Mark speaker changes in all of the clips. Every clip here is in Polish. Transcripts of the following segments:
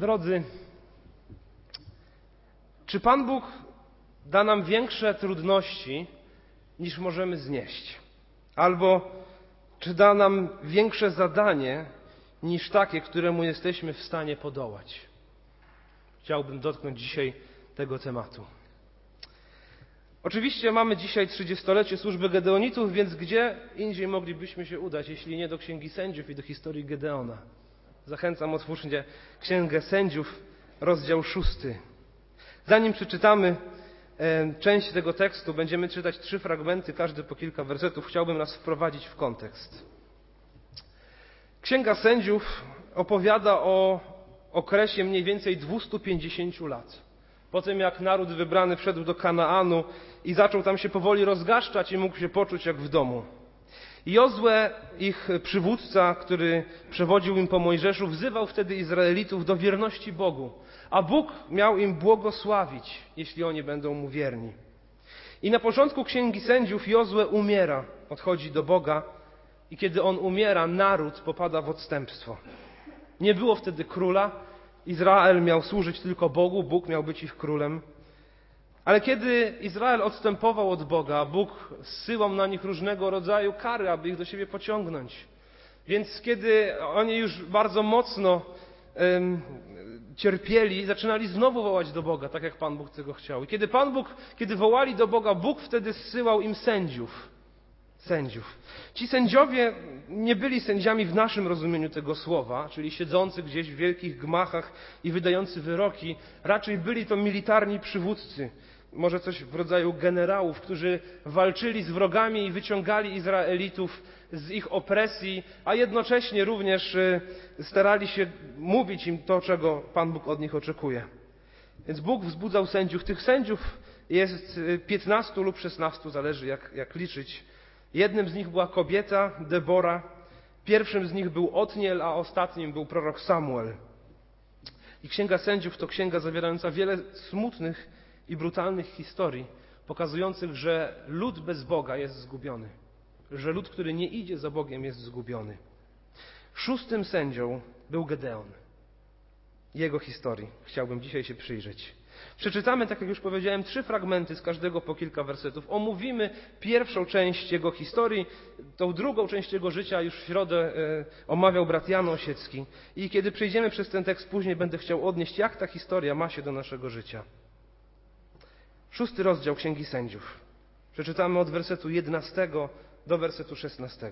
Speaker 1: Drodzy, czy Pan Bóg da nam większe trudności, niż możemy znieść? Albo czy da nam większe zadanie, niż takie, któremu jesteśmy w stanie podołać? Chciałbym dotknąć dzisiaj tego tematu. Oczywiście mamy dzisiaj 30-lecie służby Gedeonitów, więc gdzie indziej moglibyśmy się udać, jeśli nie do Księgi Sędziów i do historii Gedeona. Zachęcam, otwórzcie Księgę Sędziów, rozdział 6. Zanim przeczytamy część tego tekstu, będziemy czytać 3 fragmenty, każdy po kilka wersetów. Chciałbym nas wprowadzić w kontekst. Księga Sędziów opowiada o okresie mniej więcej 250 lat. Po tym, jak naród wybrany wszedł do Kanaanu i zaczął tam się powoli rozgaszczać i mógł się poczuć jak w domu. Jozue, ich przywódca, który przewodził im po Mojżeszu, wzywał wtedy Izraelitów do wierności Bogu, a Bóg miał im błogosławić, jeśli oni będą mu wierni. I na początku Księgi Sędziów Jozue umiera, odchodzi do Boga i kiedy on umiera, naród popada w odstępstwo. Nie było wtedy króla, Izrael miał służyć tylko Bogu, Bóg miał być ich królem. Ale kiedy Izrael odstępował od Boga, Bóg zsyłał na nich różnego rodzaju kary, aby ich do siebie pociągnąć. Więc kiedy oni już bardzo mocno cierpieli, zaczynali znowu wołać do Boga, tak jak Pan Bóg tego chciał. I kiedy wołali do Boga, Bóg wtedy zsyłał im sędziów. Ci sędziowie nie byli sędziami w naszym rozumieniu tego słowa, czyli siedzący gdzieś w wielkich gmachach i wydający wyroki. Raczej byli to militarni przywódcy, może coś w rodzaju generałów, którzy walczyli z wrogami i wyciągali Izraelitów z ich opresji, a jednocześnie również starali się mówić im to, czego Pan Bóg od nich oczekuje. Więc Bóg wzbudzał sędziów. Tych sędziów jest 15 lub 16, zależy jak liczyć. Jednym z nich była kobieta, Debora. Pierwszym z nich był Otniel, a ostatnim był prorok Samuel. I Księga Sędziów to księga zawierająca wiele smutnych i brutalnych historii, pokazujących, że lud bez Boga jest zgubiony. Że lud, który nie idzie za Bogiem, jest zgubiony. 6. sędzią był Gedeon. Jego historii chciałbym dzisiaj się przyjrzeć. Przeczytamy, tak jak już powiedziałem, 3 fragmenty, z każdego po kilka wersetów. Omówimy pierwszą część jego historii, tą drugą część jego życia już w środę omawiał brat Jan Osiecki. I kiedy przejdziemy przez ten tekst później, będę chciał odnieść, jak ta historia ma się do naszego życia. 6. rozdział Księgi Sędziów. Przeczytamy od wersetu 11 do wersetu 16.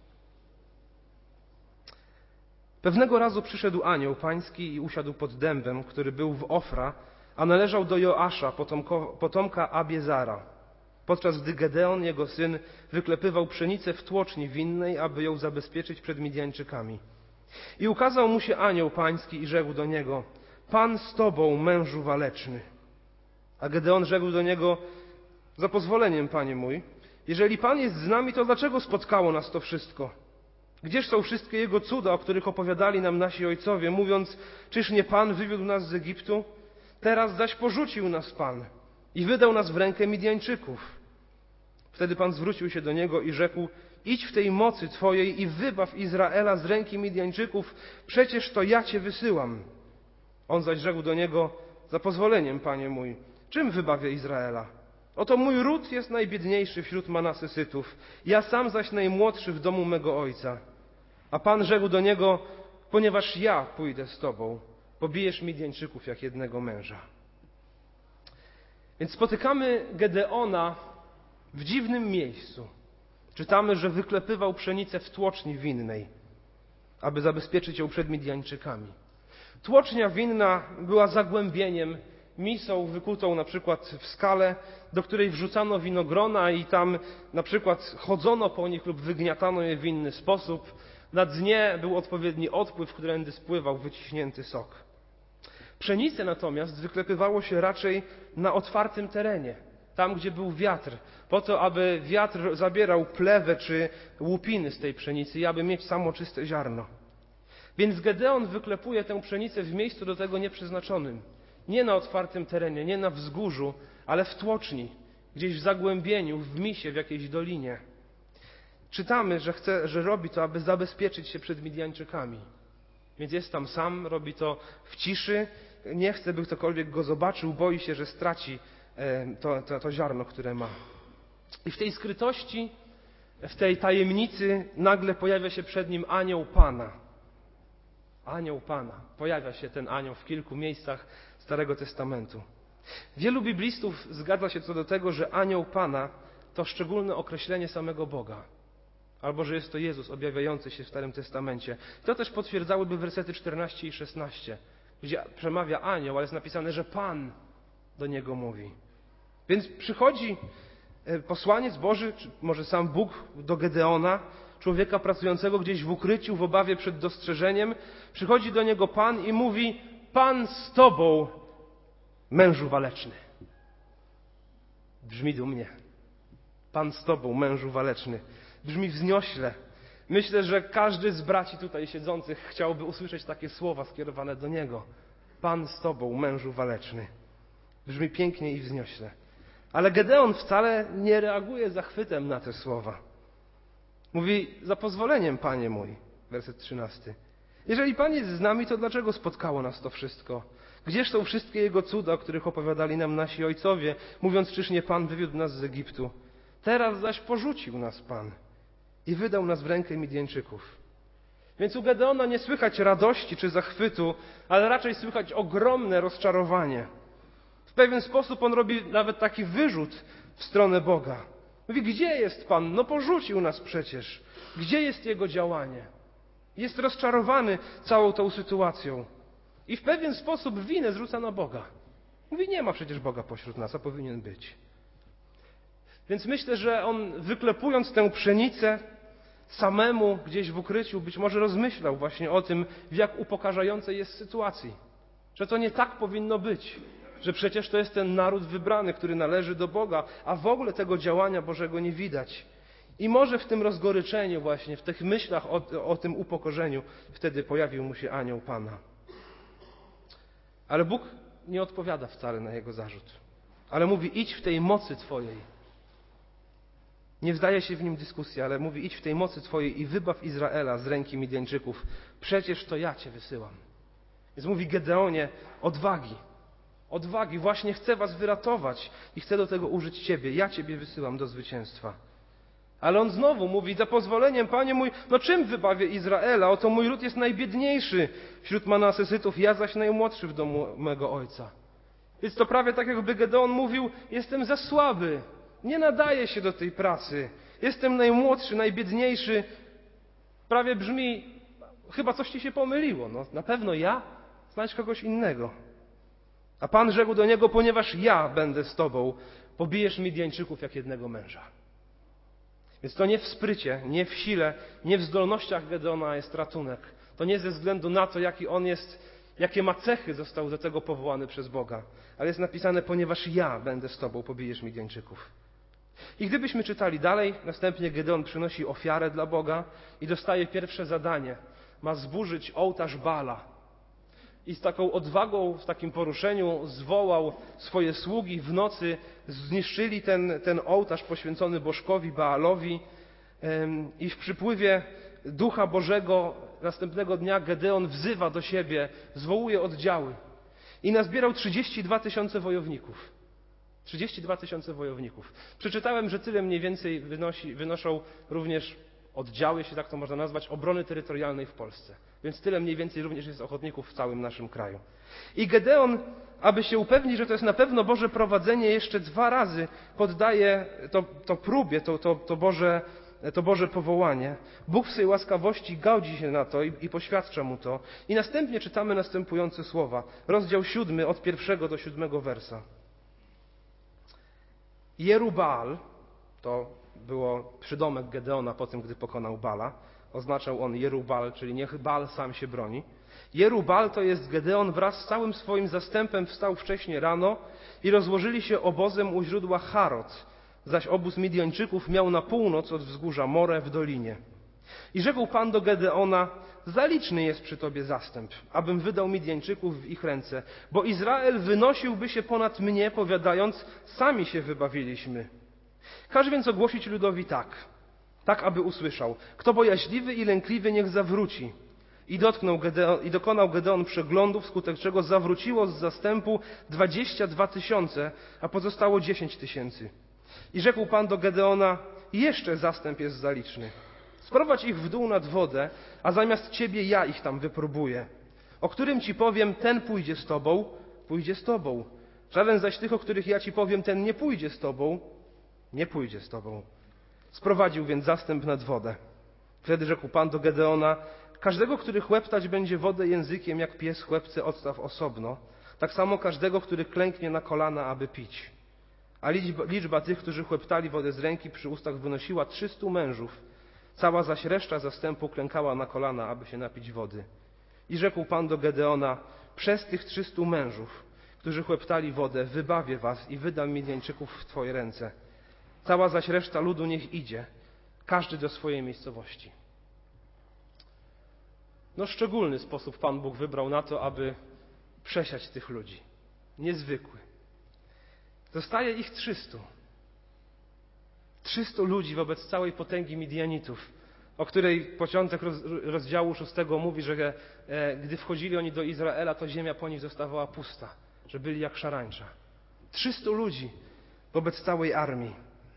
Speaker 1: Pewnego razu przyszedł anioł pański i usiadł pod dębem, który był w Ofra, a należał do Joasza, potomka Abiezara, podczas gdy Gedeon, jego syn, wyklepywał pszenicę w tłoczni winnej, aby ją zabezpieczyć przed Midjańczykami. I ukazał mu się anioł pański i rzekł do niego: Pan z tobą, mężu waleczny. A Gedeon rzekł do niego: za pozwoleniem, panie mój, jeżeli Pan jest z nami, to dlaczego spotkało nas to wszystko? Gdzież są wszystkie Jego cuda, o których opowiadali nam nasi ojcowie, mówiąc, czyż nie Pan wywiódł nas z Egiptu? Teraz zaś porzucił nas Pan i wydał nas w rękę Midjańczyków. Wtedy Pan zwrócił się do niego i rzekł: idź w tej mocy Twojej i wybaw Izraela z ręki Midjańczyków, przecież to ja Cię wysyłam. On zaś rzekł do niego: za pozwoleniem, panie mój, czym wybawię Izraela? Oto mój ród jest najbiedniejszy wśród Manasesytów, ja sam zaś najmłodszy w domu mego ojca. A Pan rzekł do niego: ponieważ ja pójdę z tobą, pobijesz Midjańczyków jak jednego męża. Więc spotykamy Gedeona w dziwnym miejscu. Czytamy, że wyklepywał pszenicę w tłoczni winnej, aby zabezpieczyć ją przed Midjańczykami. Tłocznia winna była zagłębieniem, misą wykutą na przykład w skale, do której wrzucano winogrona i tam na przykład chodzono po nich lub wygniatano je w inny sposób. Na dnie był odpowiedni odpływ, którędy spływał wyciśnięty sok. Pszenicę natomiast wyklepywało się raczej na otwartym terenie, tam gdzie był wiatr, po to, aby wiatr zabierał plewę czy łupiny z tej pszenicy i aby mieć samo czyste ziarno. Więc Gedeon wyklepuje tę pszenicę w miejscu do tego nieprzeznaczonym. Nie na otwartym terenie, nie na wzgórzu, ale w tłoczni, gdzieś w zagłębieniu, w misie, w jakiejś dolinie. Czytamy, że robi to, aby zabezpieczyć się przed Midjańczykami. Więc jest tam sam, robi to w ciszy, nie chce, by ktokolwiek go zobaczył, boi się, że straci to ziarno, które ma. I w tej skrytości, w tej tajemnicy nagle pojawia się przed nim anioł Pana. Anioł Pana. Pojawia się ten anioł w kilku miejscach Starego Testamentu. Wielu biblistów zgadza się co do tego, że anioł Pana to szczególne określenie samego Boga. Albo że jest to Jezus objawiający się w Starym Testamencie. To też potwierdzałyby wersety 14 i 16, gdzie przemawia anioł, ale jest napisane, że Pan do niego mówi. Więc przychodzi posłaniec Boży, czy może sam Bóg do Gedeona, człowieka pracującego gdzieś w ukryciu, w obawie przed dostrzeżeniem. Przychodzi do niego Pan i mówi: Pan z tobą, mężu waleczny. Brzmi dumnie. Pan z tobą, mężu waleczny. Brzmi wzniośle. Myślę, że każdy z braci tutaj siedzących chciałby usłyszeć takie słowa skierowane do niego. Pan z tobą, mężu waleczny. Brzmi pięknie i wzniośle. Ale Gedeon wcale nie reaguje zachwytem na te słowa. Mówi: za pozwoleniem, Panie mój. Werset 13. Jeżeli Pan jest z nami, to dlaczego spotkało nas to wszystko? Gdzież są wszystkie Jego cuda, o których opowiadali nam nasi ojcowie, mówiąc, czyż nie Pan wywiódł nas z Egiptu? Teraz zaś porzucił nas Pan i wydał nas w rękę Midjańczyków. Więc u Gedeona nie słychać radości czy zachwytu, ale raczej słychać ogromne rozczarowanie. W pewien sposób on robi nawet taki wyrzut w stronę Boga. Mówi: gdzie jest Pan? No porzucił nas przecież. Gdzie jest Jego działanie? Jest rozczarowany całą tą sytuacją. I w pewien sposób winę zrzuca na Boga. Mówi: nie ma przecież Boga pośród nas, a powinien być. Więc myślę, że on, wyklepując tę pszenicę samemu gdzieś w ukryciu, być może rozmyślał właśnie o tym, w jak upokarzającej jest sytuacji. Że to nie tak powinno być. Że przecież to jest ten naród wybrany, który należy do Boga, a w ogóle tego działania Bożego nie widać. I może w tym rozgoryczeniu właśnie, w tych myślach o tym upokorzeniu, wtedy pojawił mu się anioł Pana. Ale Bóg nie odpowiada wcale na jego zarzut. Ale mówi: idź w tej mocy Twojej. Nie wdaje się w nim dyskusja, ale mówi: idź w tej mocy Twojej i wybaw Izraela z ręki Midjańczyków. Przecież to ja Cię wysyłam. Więc mówi: Gedeonie, odwagi. Odwagi, właśnie chcę was wyratować i chcę do tego użyć Ciebie. Ja Ciebie wysyłam do zwycięstwa. Ale on znowu mówi: za pozwoleniem, Panie mój, no czym wybawię Izraela? Oto mój lud jest najbiedniejszy wśród Manasesytów, ja zaś najmłodszy w domu mego ojca. Więc to prawie tak, jakby Gedeon mówił: jestem za słaby, nie nadaję się do tej pracy, jestem najmłodszy, najbiedniejszy. Prawie brzmi: chyba coś Ci się pomyliło, no na pewno ja? Znajdź kogoś innego. A Pan rzekł do niego: ponieważ ja będę z tobą, pobijesz Midjańczyków jak jednego męża. Więc to nie w sprycie, nie w sile, nie w zdolnościach Gedeona jest ratunek. To nie ze względu na to, jaki on jest, jakie ma cechy, został do tego powołany przez Boga. Ale jest napisane: ponieważ ja będę z tobą, pobijesz Midjańczyków. I gdybyśmy czytali dalej, następnie Gedeon przynosi ofiarę dla Boga i dostaje pierwsze zadanie. Ma zburzyć ołtarz Baala. I z taką odwagą, w takim poruszeniu zwołał swoje sługi w nocy, zniszczyli ten ołtarz poświęcony bożkowi Baalowi i w przypływie Ducha Bożego następnego dnia Gedeon wzywa do siebie, zwołuje oddziały i nazbierał 32 000 wojowników. 32 000 wojowników. Przeczytałem, że tyle mniej więcej wynoszą również oddziały, jeśli tak to można nazwać, obrony terytorialnej w Polsce. Więc tyle mniej więcej również jest ochotników w całym naszym kraju. I Gedeon, aby się upewnić, że to jest na pewno Boże prowadzenie, jeszcze 2 razy poddaje to próbie, to Boże powołanie. Bóg w swej łaskawości godzi się na to i poświadcza mu to. I następnie czytamy następujące słowa. Rozdział 7 od 1 do 7 wersa. Jerubbaal, to było przydomek Gedeona po tym, gdy pokonał Baala. Oznaczał on Jerubbaal, czyli niech Baal sam się broni. Jerubbaal to jest Gedeon wraz z całym swoim zastępem wstał wcześnie rano i rozłożyli się obozem u źródła Harod, zaś obóz Midjańczyków miał na północ od wzgórza More w dolinie. I rzekł Pan do Gedeona: za liczny jest przy Tobie zastęp, abym wydał Midjańczyków w ich ręce, bo Izrael wynosiłby się ponad mnie, powiadając: sami się wybawiliśmy. Każ więc ogłosić ludowi tak, aby usłyszał: kto bojaźliwy i lękliwy, niech zawróci. I dokonał Gedeon przeglądu, wskutek czego zawróciło z zastępu 22 000, a pozostało 10 000. I rzekł Pan do Gedeona: jeszcze zastęp jest zaliczny. Sprowadź ich w dół nad wodę, a zamiast ciebie ja ich tam wypróbuję. O którym ci powiem, ten pójdzie z tobą, pójdzie z tobą. Żaden zaś tych, o których ja ci powiem, ten nie pójdzie z tobą, nie pójdzie z tobą. Sprowadził więc zastęp nad wodę. Wtedy rzekł Pan do Gedeona: każdego, który chłeptać będzie wodę językiem, jak pies chłepce, odstaw osobno. Tak samo każdego, który klęknie na kolana, aby pić. A liczba tych, którzy chłeptali wodę z ręki, przy ustach wynosiła 300 mężów. Cała zaś reszta zastępu klękała na kolana, aby się napić wody. I rzekł Pan do Gedeona: przez tych 300 mężów, którzy chłeptali wodę, wybawię was i wydam Midjańczyków w twoje ręce. Cała zaś reszta ludu niech idzie, każdy do swojej miejscowości. Szczególny sposób Pan Bóg wybrał na to, aby przesiać tych ludzi. Niezwykły. Zostaje ich 300. 300 ludzi wobec całej potęgi Midjanitów, o której początek rozdziału 6 mówi, że gdy wchodzili oni do Izraela, to ziemia po nich zostawała pusta, że byli jak szarańcza. 300 ludzi wobec całej armii.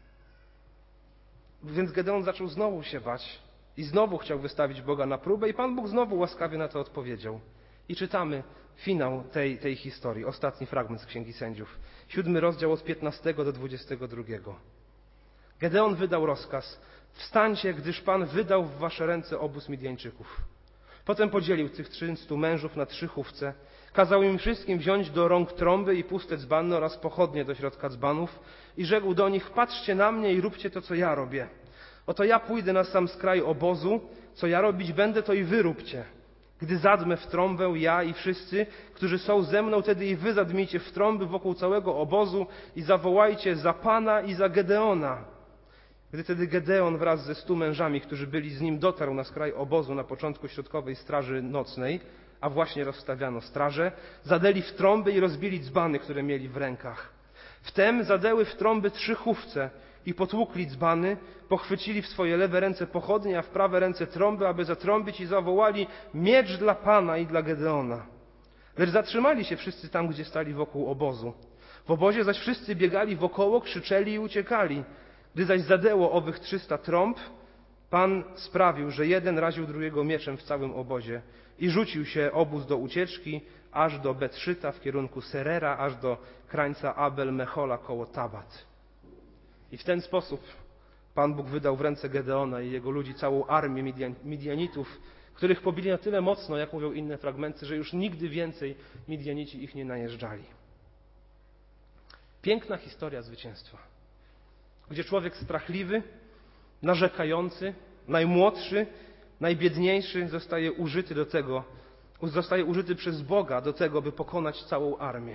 Speaker 1: Więc Gedeon zaczął znowu się bać i znowu chciał wystawić Boga na próbę i Pan Bóg znowu łaskawie na to odpowiedział. I czytamy finał tej historii, ostatni fragment z Księgi Sędziów. 7 rozdział od 15 do 22. Gedeon wydał rozkaz: wstańcie, gdyż Pan wydał w wasze ręce obóz Midjańczyków. Potem podzielił tych 300 mężów na 3 chówce, kazał im wszystkim wziąć do rąk trąby i puste dzbany oraz pochodnie do środka dzbanów i rzekł do nich: patrzcie na mnie i róbcie to, co ja robię. Oto ja pójdę na sam skraj obozu, co ja robić będę, to i wy róbcie. Gdy zadmę w trąbę, ja i wszyscy, którzy są ze mną, wtedy i wy zadmijcie w trąby wokół całego obozu i zawołajcie za Pana i za Gedeona. Gdy tedy Gedeon wraz ze 100 mężami, którzy byli z nim, dotarł na skraj obozu na początku środkowej straży nocnej, a właśnie rozstawiano straże, zadęli w trąby i rozbili dzbany, które mieli w rękach. Wtem zadęły w trąby 3 chówce i potłukli dzbany, pochwycili w swoje lewe ręce pochodnie, a w prawe ręce trąby, aby zatrąbić i zawołali: miecz dla Pana i dla Gedeona. Lecz zatrzymali się wszyscy tam, gdzie stali wokół obozu. W obozie zaś wszyscy biegali wokoło, krzyczeli i uciekali. Gdy zaś zadęło owych 300 trąb, Pan sprawił, że jeden raził drugiego mieczem w całym obozie i rzucił się obóz do ucieczki, aż do Betszyta w kierunku Serera, aż do krańca Abel-Mechola koło Tabat. I w ten sposób Pan Bóg wydał w ręce Gedeona i jego ludzi całą armię Midjanitów, których pobili na tyle mocno, jak mówią inne fragmenty, że już nigdy więcej Midjanici ich nie najeżdżali. Piękna historia zwycięstwa, gdzie człowiek strachliwy, narzekający, najmłodszy, najbiedniejszy zostaje użyty przez Boga do tego, by pokonać całą armię.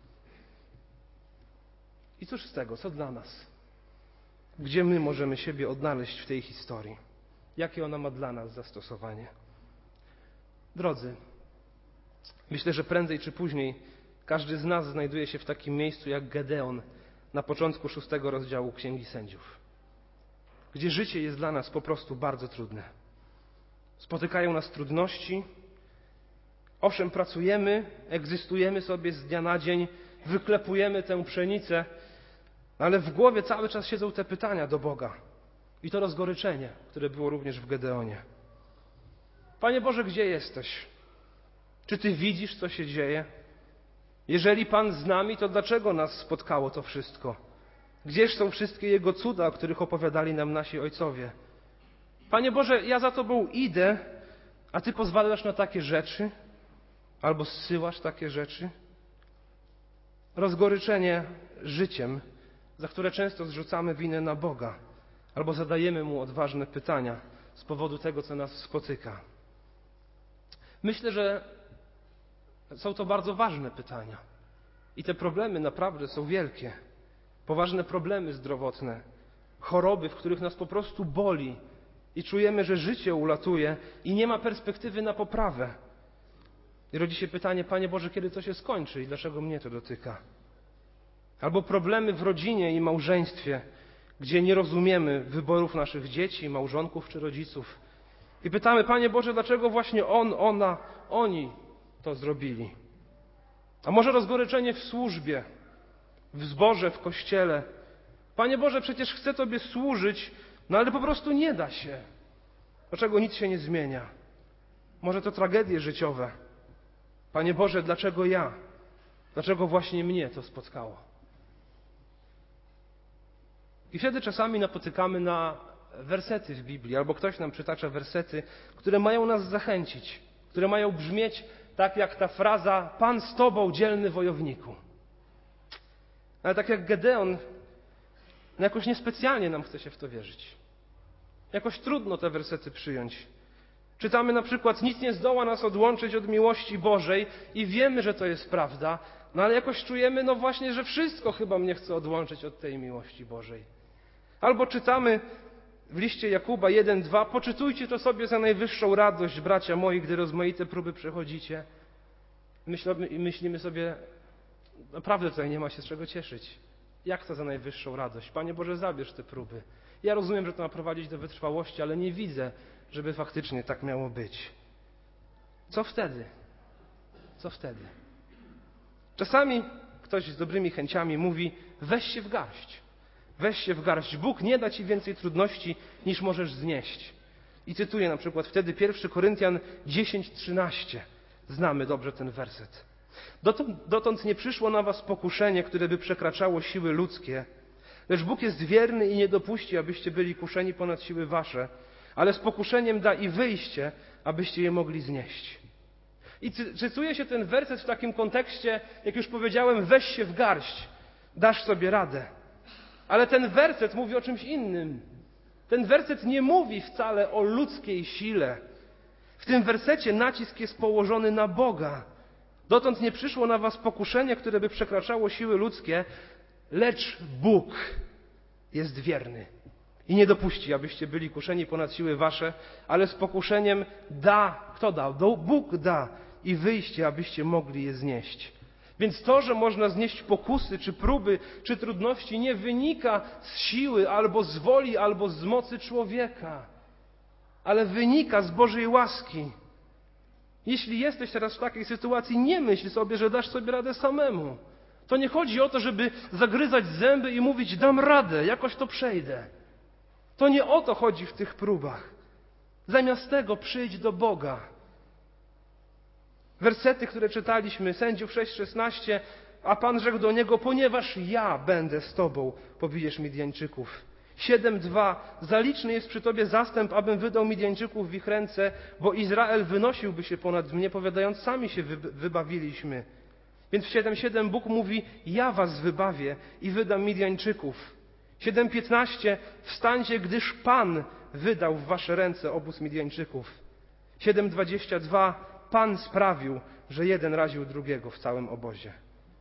Speaker 1: I cóż z tego? Co dla nas? Gdzie my możemy siebie odnaleźć w tej historii? Jakie ona ma dla nas zastosowanie? Drodzy, myślę, że prędzej czy później każdy z nas znajduje się w takim miejscu jak Gedeon na początku 6 rozdziału Księgi Sędziów, gdzie życie jest dla nas po prostu bardzo trudne. Spotykają nas trudności. Owszem, pracujemy, egzystujemy sobie z dnia na dzień, wyklepujemy tę pszenicę, ale w głowie cały czas siedzą te pytania do Boga. I to rozgoryczenie, które było również w Gedeonie. Panie Boże, gdzie jesteś? Czy Ty widzisz, co się dzieje? Jeżeli Pan z nami, to dlaczego nas spotkało to wszystko? Gdzież są wszystkie Jego cuda, o których opowiadali nam nasi ojcowie? Panie Boże, ja za Tobą idę, a Ty pozwalasz na takie rzeczy? Albo zsyłasz takie rzeczy? Rozgoryczenie życiem, za które często zrzucamy winę na Boga, albo zadajemy Mu odważne pytania z powodu tego, co nas spotyka. Myślę, że są to bardzo ważne pytania. I te problemy naprawdę są wielkie. Poważne problemy zdrowotne, choroby, w których nas po prostu boli i czujemy, że życie ulatuje i nie ma perspektywy na poprawę. I rodzi się pytanie: Panie Boże, kiedy to się skończy i dlaczego mnie to dotyka? Albo problemy w rodzinie i małżeństwie, gdzie nie rozumiemy wyborów naszych dzieci, małżonków czy rodziców I pytamy, Panie Boże, dlaczego właśnie on, ona, oni to zrobili? A może rozgoryczenie w służbie, w zborze, w kościele? Panie Boże, przecież chcę Tobie służyć, no ale po prostu nie da się. Dlaczego nic się nie zmienia? Może to tragedie życiowe. Panie Boże, dlaczego ja? Dlaczego właśnie mnie to spotkało? I wtedy czasami napotykamy na wersety w Biblii, albo ktoś nam przytacza wersety, które mają nas zachęcić, które mają brzmieć tak jak ta fraza Pan z Tobą, dzielny wojowniku. Ale tak jak Gedeon, no jakoś niespecjalnie nam chce się w to wierzyć. Jakoś trudno te wersety przyjąć. Czytamy na przykład, nic nie zdoła nas odłączyć od miłości Bożej i wiemy, że to jest prawda, no ale jakoś czujemy, no właśnie, że wszystko chyba mnie chce odłączyć od tej miłości Bożej. Albo czytamy w liście Jakuba 1:2, poczytujcie to sobie za najwyższą radość, bracia moi, gdy rozmaite próby przechodzicie. Myślimy sobie, naprawdę tutaj nie ma się z czego cieszyć. Jak to za najwyższą radość? Panie Boże, zabierz te próby. Ja rozumiem, że to ma prowadzić do wytrwałości, ale nie widzę, żeby faktycznie tak miało być. Co wtedy? Co wtedy? Czasami ktoś z dobrymi chęciami mówi, weź się w garść. Weź się w garść. Bóg nie da Ci więcej trudności, niż możesz znieść. I cytuję na przykład wtedy 1 Koryntian 10:13. Znamy dobrze ten werset. Dotąd nie przyszło na was pokuszenie, które by przekraczało siły ludzkie, lecz Bóg jest wierny i nie dopuści, abyście byli kuszeni ponad siły wasze, ale z pokuszeniem da i wyjście, abyście je mogli znieść. I cytuje się ten werset w takim kontekście, jak już powiedziałem, weź się w garść, dasz sobie radę. Ale ten werset mówi o czymś innym. Ten werset nie mówi wcale o ludzkiej sile. W tym wersecie nacisk jest położony na Boga. Dotąd nie przyszło na was pokuszenie, które by przekraczało siły ludzkie, lecz Bóg jest wierny i nie dopuści, abyście byli kuszeni ponad siły wasze, ale z pokuszeniem da, kto da? Bóg da i wyjście, abyście mogli je znieść. Więc to, że można znieść pokusy, czy próby, czy trudności, nie wynika z siły, albo z woli, albo z mocy człowieka, ale wynika z Bożej łaski. Jeśli jesteś teraz w takiej sytuacji, nie myśl sobie, że dasz sobie radę samemu. To nie chodzi o to, żeby zagryzać zęby i mówić, dam radę, jakoś to przejdę. To nie o to chodzi w tych próbach. Zamiast tego przyjdź do Boga. Wersety, które czytaliśmy, Sędziów 6:16, a Pan rzekł do niego, ponieważ ja będę z Tobą, pobijesz Midjańczyków. 7:2, zaliczny jest przy Tobie zastęp, abym wydał Midjańczyków w ich ręce, bo Izrael wynosiłby się ponad mnie, powiadając, sami się wybawiliśmy. Więc w 7:7 Bóg mówi, ja was wybawię i wydam Midjańczyków. 7:15, wstańcie, gdyż Pan wydał w wasze ręce obóz Midjańczyków. 7:22, Pan sprawił, że jeden raził drugiego w całym obozie.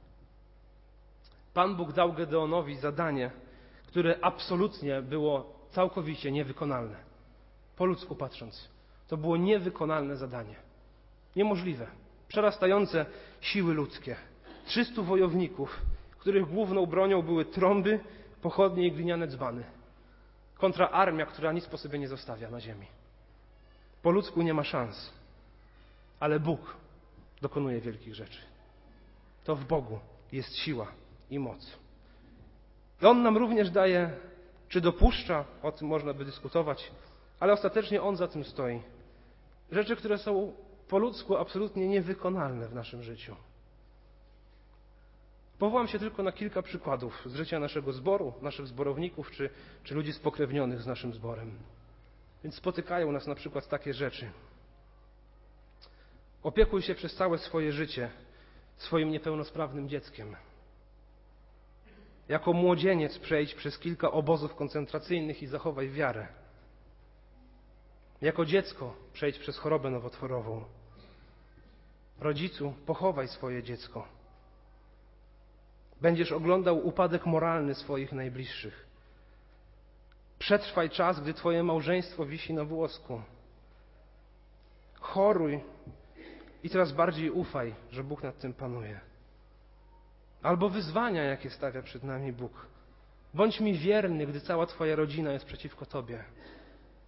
Speaker 1: Pan Bóg dał Gedeonowi zadanie, które absolutnie było całkowicie niewykonalne. Po ludzku patrząc, to było niewykonalne zadanie. Niemożliwe. Przerastające siły ludzkie. 300 wojowników, których główną bronią były trąby, pochodnie i gliniane dzbany. Kontra armia, która nic po sobie nie zostawia na ziemi. Po ludzku nie ma szans. Ale Bóg dokonuje wielkich rzeczy. To w Bogu jest siła i moc. I On nam również daje, czy dopuszcza, o tym można by dyskutować, ale ostatecznie On za tym stoi. Rzeczy, które są po ludzku absolutnie niewykonalne w naszym życiu. Powołam się tylko na kilka przykładów z życia naszego zboru, naszych zborowników, czy ludzi spokrewnionych z naszym zborem. Więc spotykają nas na przykład takie rzeczy. Opiekuj się przez całe swoje życie swoim niepełnosprawnym dzieckiem. Jako młodzieniec przejdź przez kilka obozów koncentracyjnych i zachowaj wiarę. Jako dziecko przejdź przez chorobę nowotworową. Rodzicu, pochowaj swoje dziecko. Będziesz oglądał upadek moralny swoich najbliższych. Przetrwaj czas, gdy twoje małżeństwo wisi na włosku. Choruj i coraz bardziej ufaj, że Bóg nad tym panuje. Albo wyzwania, jakie stawia przed nami Bóg. Bądź mi wierny, gdy cała twoja rodzina jest przeciwko tobie.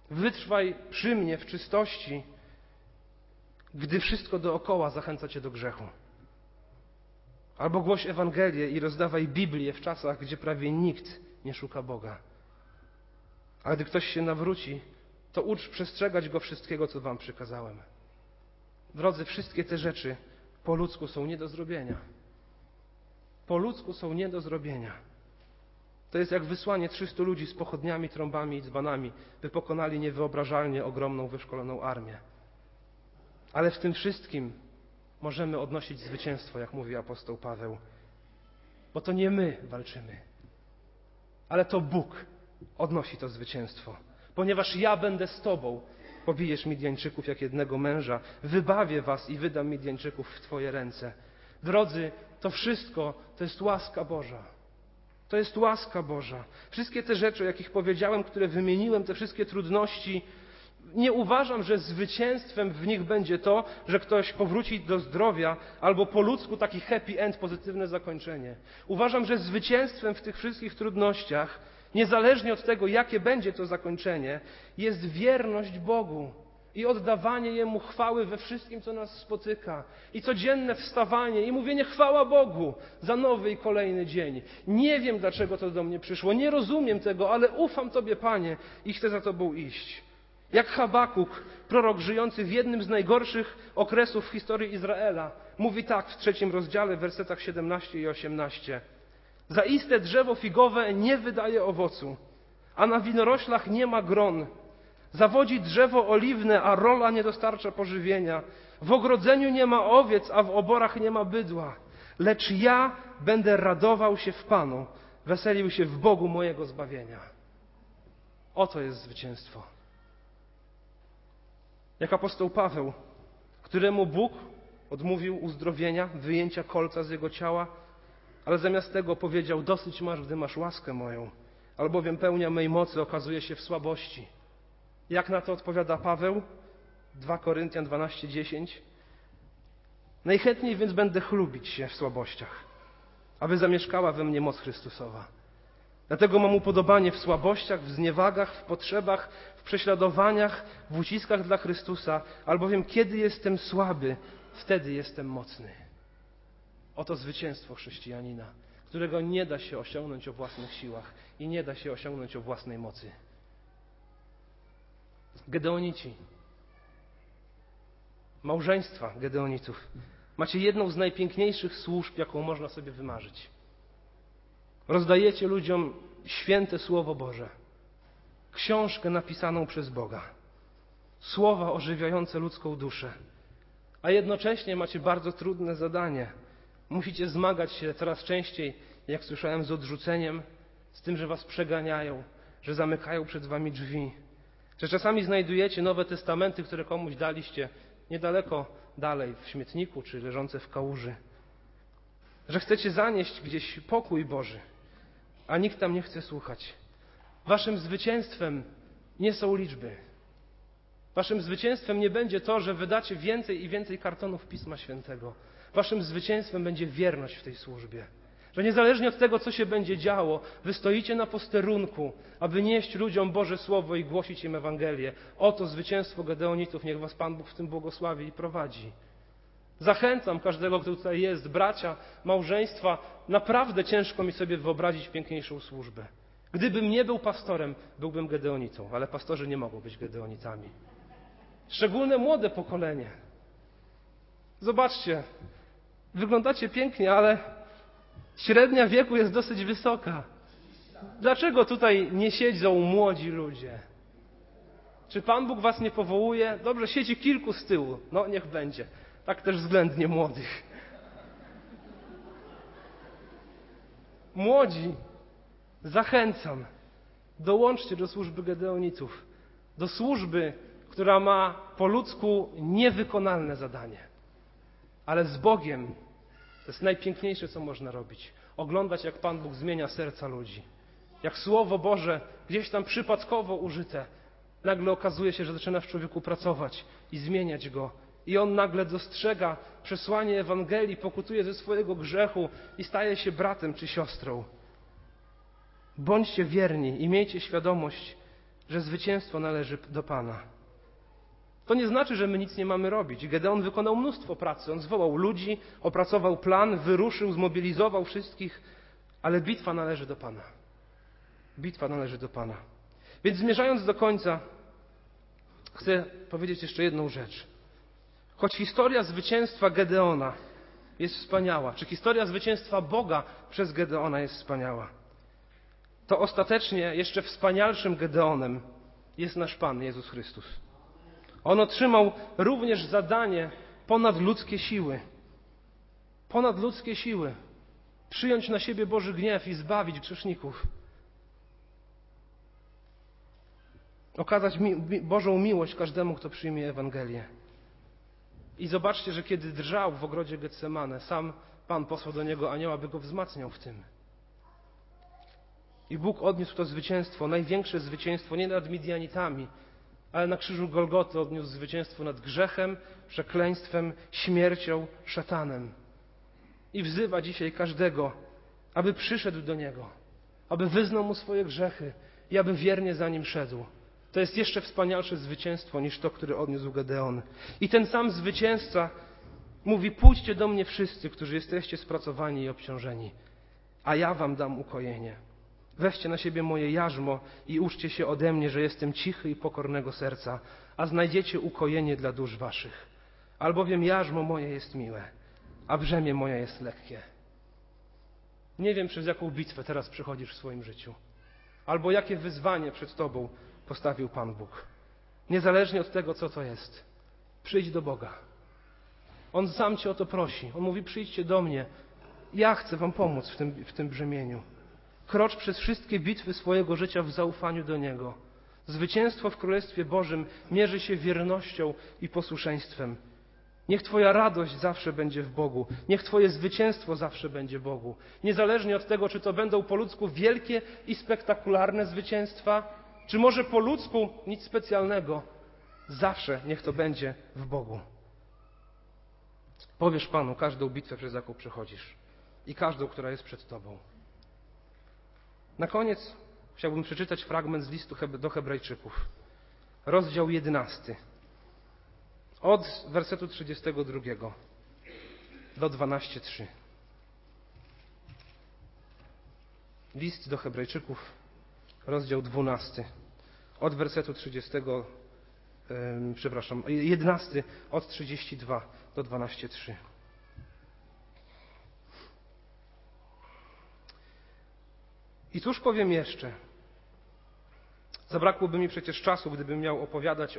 Speaker 1: Wytrwaj przy mnie w czystości, gdy wszystko dookoła zachęca cię do grzechu. Albo głoś Ewangelię i rozdawaj Biblię w czasach, gdzie prawie nikt nie szuka Boga. A gdy ktoś się nawróci, to ucz przestrzegać go wszystkiego, co wam przykazałem. Drodzy, wszystkie te rzeczy po ludzku są nie do zrobienia. Po ludzku są nie do zrobienia. To jest jak wysłanie 300 ludzi z pochodniami, trąbami i dzbanami, by pokonali niewyobrażalnie ogromną, wyszkoloną armię. Ale w tym wszystkim możemy odnosić zwycięstwo, jak mówi apostoł Paweł. Bo to nie my walczymy, ale to Bóg odnosi to zwycięstwo. Ponieważ ja będę z tobą, pobijesz Midjańczyków jak jednego męża, wybawię was i wydam Midjańczyków w twoje ręce. Drodzy, to wszystko to jest łaska Boża. To jest łaska Boża. Wszystkie te rzeczy, o jakich powiedziałem, które wymieniłem, te wszystkie trudności, nie uważam, że zwycięstwem w nich będzie to, że ktoś powróci do zdrowia albo po ludzku taki happy end, pozytywne zakończenie. Uważam, że zwycięstwem w tych wszystkich trudnościach, niezależnie od tego, jakie będzie to zakończenie, jest wierność Bogu i oddawanie Jemu chwały we wszystkim, co nas spotyka. I codzienne wstawanie i mówienie chwała Bogu za nowy i kolejny dzień. Nie wiem, dlaczego to do mnie przyszło, nie rozumiem tego, ale ufam Tobie, Panie, i chcę za Tobą iść. Jak Habakuk, prorok żyjący w jednym z najgorszych okresów w historii Izraela, mówi tak w 3 rozdziale, w wersetach 17 i 18. Zaiste drzewo figowe nie wydaje owocu, a na winoroślach nie ma gron. Zawodzi drzewo oliwne, a rola nie dostarcza pożywienia. W ogrodzeniu nie ma owiec, a w oborach nie ma bydła. Lecz ja będę radował się w Panu, weselił się w Bogu mojego zbawienia. Oto jest zwycięstwo. Jak apostoł Paweł, któremu Bóg odmówił uzdrowienia, wyjęcia kolca z jego ciała, ale zamiast tego powiedział: dosyć masz, gdy masz łaskę moją, albowiem pełnia mej mocy okazuje się w słabości. Jak na to odpowiada Paweł? 2 Koryntian 12:10. Najchętniej więc będę chlubić się w słabościach, aby zamieszkała we mnie moc Chrystusowa. Dlatego mam upodobanie w słabościach, w zniewagach, w potrzebach, w prześladowaniach, w uciskach dla Chrystusa, albowiem kiedy jestem słaby, wtedy jestem mocny. Oto zwycięstwo chrześcijanina, którego nie da się osiągnąć o własnych siłach i nie da się osiągnąć o własnej mocy. Gedeonici, małżeństwa Gedeonitów, macie jedną z najpiękniejszych służb, jaką można sobie wymarzyć. Rozdajecie ludziom święte Słowo Boże, książkę napisaną przez Boga, słowa ożywiające ludzką duszę, a jednocześnie macie bardzo trudne zadanie. Musicie zmagać się coraz częściej, jak słyszałem, z odrzuceniem, z tym, że was przeganiają, że zamykają przed wami drzwi, że czasami znajdujecie Nowe Testamenty, które komuś daliście niedaleko dalej, w śmietniku czy leżące w kałuży, że chcecie zanieść gdzieś pokój Boży, a nikt tam nie chce słuchać. Waszym zwycięstwem nie są liczby. Waszym zwycięstwem nie będzie to, że wydacie więcej i więcej kartonów Pisma Świętego. Waszym zwycięstwem będzie wierność w tej służbie. Że niezależnie od tego, co się będzie działo, wy stoicie na posterunku, aby nieść ludziom Boże Słowo i głosić im Ewangelię. Oto zwycięstwo Gedeonitów. Niech was Pan Bóg w tym błogosławi i prowadzi. Zachęcam każdego, kto tutaj jest, bracia, małżeństwa. Naprawdę ciężko mi sobie wyobrazić piękniejszą służbę. Gdybym nie był pastorem, byłbym Gedeonitą, ale pastorzy nie mogą być Gedeonitami. Szczególne młode pokolenie. Zobaczcie, wyglądacie pięknie, ale średnia wieku jest dosyć wysoka. Dlaczego tutaj nie siedzą młodzi ludzie? Czy Pan Bóg was nie powołuje? Dobrze, siedzi kilku z tyłu. No, niech będzie. Tak też względnie młodych. Młodzi, zachęcam, dołączcie do służby Gedeonitów. Do służby, która ma po ludzku niewykonalne zadanie. Ale z Bogiem to jest najpiękniejsze, co można robić. Oglądać, jak Pan Bóg zmienia serca ludzi. Jak Słowo Boże, gdzieś tam przypadkowo użyte, nagle okazuje się, że zaczyna w człowieku pracować i zmieniać go. I on nagle dostrzega przesłanie Ewangelii, pokutuje ze swojego grzechu i staje się bratem czy siostrą. Bądźcie wierni i miejcie świadomość, że zwycięstwo należy do Pana. To nie znaczy, że my nic nie mamy robić. Gedeon wykonał mnóstwo pracy. On zwołał ludzi, opracował plan, wyruszył, zmobilizował wszystkich, ale bitwa należy do Pana. Bitwa należy do Pana. Więc zmierzając do końca, chcę powiedzieć jeszcze jedną rzecz. Choć historia zwycięstwa Gedeona jest wspaniała, czy historia zwycięstwa Boga przez Gedeona jest wspaniała, to ostatecznie jeszcze wspanialszym Gedeonem jest nasz Pan Jezus Chrystus. On otrzymał również zadanie ponadludzkie siły. Ponadludzkie siły. Przyjąć na siebie Boży gniew i zbawić grzeszników. Okazać Bożą miłość każdemu, kto przyjmie Ewangelię. I zobaczcie, że kiedy drżał w ogrodzie Getsemane, sam Pan posłał do niego anioła, by go wzmacniał w tym. I Bóg odniósł to zwycięstwo, największe zwycięstwo nie nad Midianitami, ale na krzyżu Golgoty odniósł zwycięstwo nad grzechem, przekleństwem, śmiercią, szatanem. I wzywa dzisiaj każdego, aby przyszedł do Niego, aby wyznał Mu swoje grzechy i aby wiernie za Nim szedł. To jest jeszcze wspanialsze zwycięstwo niż to, które odniósł Gedeon. I ten sam zwycięzca mówi: pójdźcie do mnie wszyscy, którzy jesteście spracowani i obciążeni, a ja wam dam ukojenie. Weźcie na siebie moje jarzmo i uczcie się ode mnie, że jestem cichy i pokornego serca, a znajdziecie ukojenie dla dusz waszych. Albowiem jarzmo moje jest miłe, a brzemię moje jest lekkie. Nie wiem, przez jaką bitwę teraz przechodzisz w swoim życiu, albo jakie wyzwanie przed tobą postawił Pan Bóg. Niezależnie od tego, co to jest. Przyjdź do Boga. On sam cię o to prosi. On mówi: przyjdźcie do mnie. Ja chcę wam pomóc w tym brzemieniu. Krocz przez wszystkie bitwy swojego życia w zaufaniu do Niego. Zwycięstwo w Królestwie Bożym mierzy się wiernością i posłuszeństwem. Niech twoja radość zawsze będzie w Bogu. Niech twoje zwycięstwo zawsze będzie Bogu. Niezależnie od tego, czy to będą po ludzku wielkie i spektakularne zwycięstwa, czy może po ludzku nic specjalnego. Zawsze niech to będzie w Bogu. Powiesz Panu każdą bitwę, przez jaką przechodzisz i każdą, która jest przed tobą. Na koniec chciałbym przeczytać fragment z listu do Hebrajczyków. Rozdział 11. Od wersetu 32 do 12:3. List do Hebrajczyków, rozdział 12. Od wersetu 11 od 32 do 12:3. I cóż powiem jeszcze? Zabrakłoby mi przecież czasu, gdybym miał opowiadać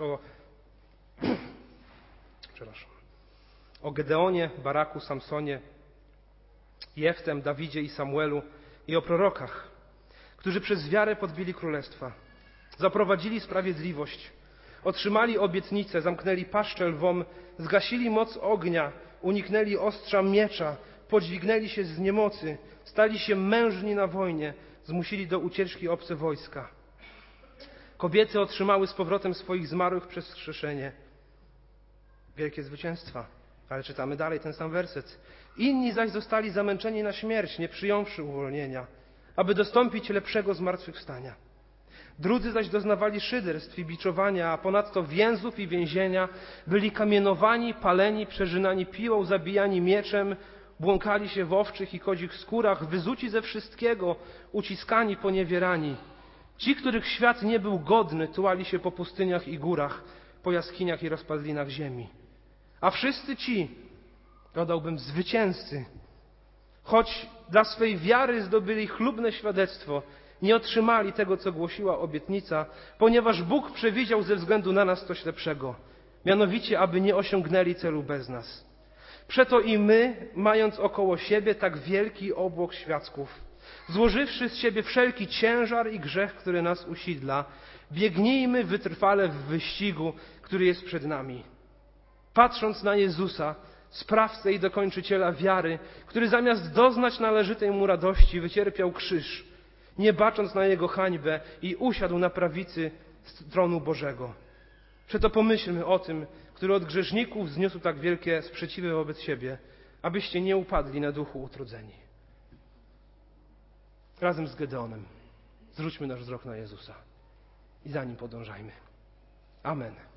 Speaker 1: o Gedeonie, Baraku, Samsonie, Jeftem, Dawidzie i Samuelu i o prorokach, którzy przez wiarę podbili królestwa, zaprowadzili sprawiedliwość, otrzymali obietnicę, zamknęli paszczę lwom, zgasili moc ognia, uniknęli ostrza miecza, podźwignęli się z niemocy, stali się mężni na wojnie, zmusili do ucieczki obce wojska. Kobiety otrzymały z powrotem swoich zmarłych przez wskrzeszenie. Wielkie zwycięstwa. Ale czytamy dalej ten sam werset. Inni zaś zostali zamęczeni na śmierć, nie przyjąwszy uwolnienia, aby dostąpić lepszego zmartwychwstania. Drudzy zaś doznawali szyderstw i biczowania, a ponadto więzów i więzienia, byli kamienowani, paleni, przerzynani piłą, zabijani mieczem, błąkali się w owczych i kozich skórach, wyzuci ze wszystkiego, uciskani, poniewierani. Ci, których świat nie był godny, tułali się po pustyniach i górach, po jaskiniach i rozpadlinach ziemi. A wszyscy ci, dodałbym, zwycięzcy, choć dla swej wiary zdobyli chlubne świadectwo, nie otrzymali tego, co głosiła obietnica, ponieważ Bóg przewidział ze względu na nas coś lepszego, mianowicie, aby nie osiągnęli celu bez nas. Przeto i my, mając około siebie tak wielki obłok świadków, złożywszy z siebie wszelki ciężar i grzech, który nas usidla, biegnijmy wytrwale w wyścigu, który jest przed nami. Patrząc na Jezusa, sprawcę i dokończyciela wiary, który zamiast doznać należytej mu radości, wycierpiał krzyż, nie bacząc na jego hańbę i usiadł na prawicy tronu Bożego. Przeto pomyślmy o tym, który od grzeszników zniósł tak wielkie sprzeciwy wobec siebie, abyście nie upadli na duchu utrudzeni. Razem z Gedeonem zwróćmy nasz wzrok na Jezusa i za Nim podążajmy. Amen.